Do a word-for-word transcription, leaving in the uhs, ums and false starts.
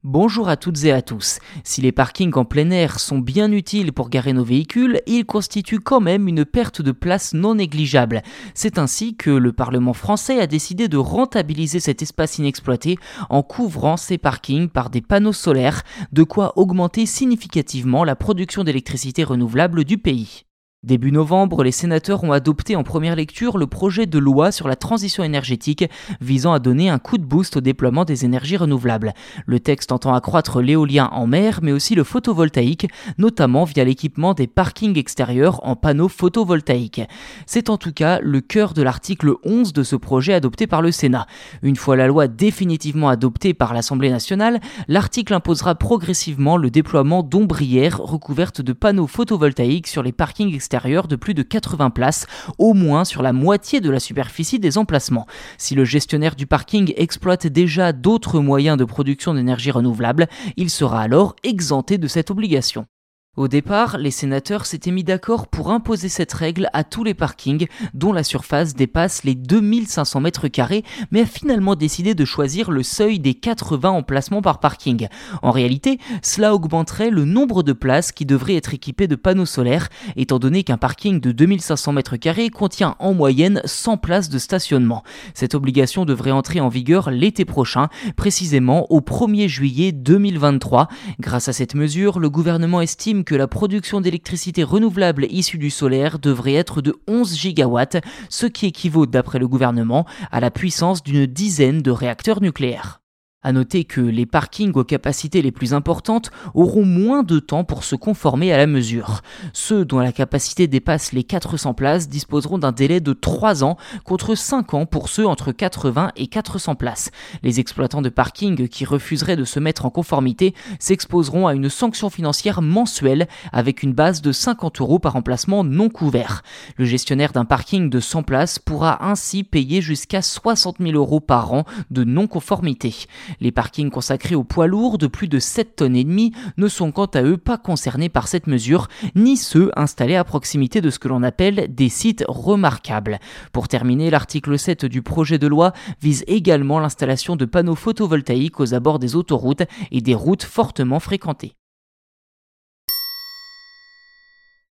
Bonjour à toutes et à tous. Si les parkings en plein air sont bien utiles pour garer nos véhicules, ils constituent quand même une perte de place non négligeable. C'est ainsi que le Parlement français a décidé de rentabiliser cet espace inexploité en couvrant ces parkings par des panneaux solaires, de quoi augmenter significativement la production d'électricité renouvelable du pays. Début novembre, les sénateurs ont adopté en première lecture le projet de loi sur la transition énergétique visant à donner un coup de boost au déploiement des énergies renouvelables. Le texte entend accroître l'éolien en mer, mais aussi le photovoltaïque, notamment via l'équipement des parkings extérieurs en panneaux photovoltaïques. C'est en tout cas le cœur de l'article onze de ce projet adopté par le Sénat. Une fois la loi définitivement adoptée par l'Assemblée nationale, l'article imposera progressivement le déploiement d'ombrières recouvertes de panneaux photovoltaïques sur les parkings extérieurs de plus de quatre-vingts places, au moins sur la moitié de la superficie des emplacements. Si le gestionnaire du parking exploite déjà d'autres moyens de production d'énergie renouvelable, il sera alors exempté de cette obligation. Au départ, les sénateurs s'étaient mis d'accord pour imposer cette règle à tous les parkings dont la surface dépasse les deux mille cinq cents mètres carrés, mais a finalement décidé de choisir le seuil des quatre-vingts emplacements par parking. En réalité, cela augmenterait le nombre de places qui devraient être équipées de panneaux solaires, étant donné qu'un parking de deux mille cinq cents mètres carrés contient en moyenne cent places de stationnement. Cette obligation devrait entrer en vigueur l'été prochain, précisément au premier juillet deux mille vingt-trois. Grâce à cette mesure, le gouvernement estime que la production d'électricité renouvelable issue du solaire devrait être de onze gigawatts, ce qui équivaut, d'après le gouvernement, à la puissance d'une dizaine de réacteurs nucléaires. À noter que les parkings aux capacités les plus importantes auront moins de temps pour se conformer à la mesure. Ceux dont la capacité dépasse les quatre cents places disposeront d'un délai de trois ans contre cinq ans pour ceux entre quatre-vingts et quatre cents places. Les exploitants de parking qui refuseraient de se mettre en conformité s'exposeront à une sanction financière mensuelle avec une base de cinquante euros par emplacement non couvert. Le gestionnaire d'un parking de cent places pourra ainsi payer jusqu'à soixante mille euros par an de non-conformité. Les parkings consacrés aux poids lourds de plus de sept tonnes et demie ne sont quant à eux pas concernés par cette mesure, ni ceux installés à proximité de ce que l'on appelle des sites remarquables. Pour terminer, l'article sept du projet de loi vise également l'installation de panneaux photovoltaïques aux abords des autoroutes et des routes fortement fréquentées.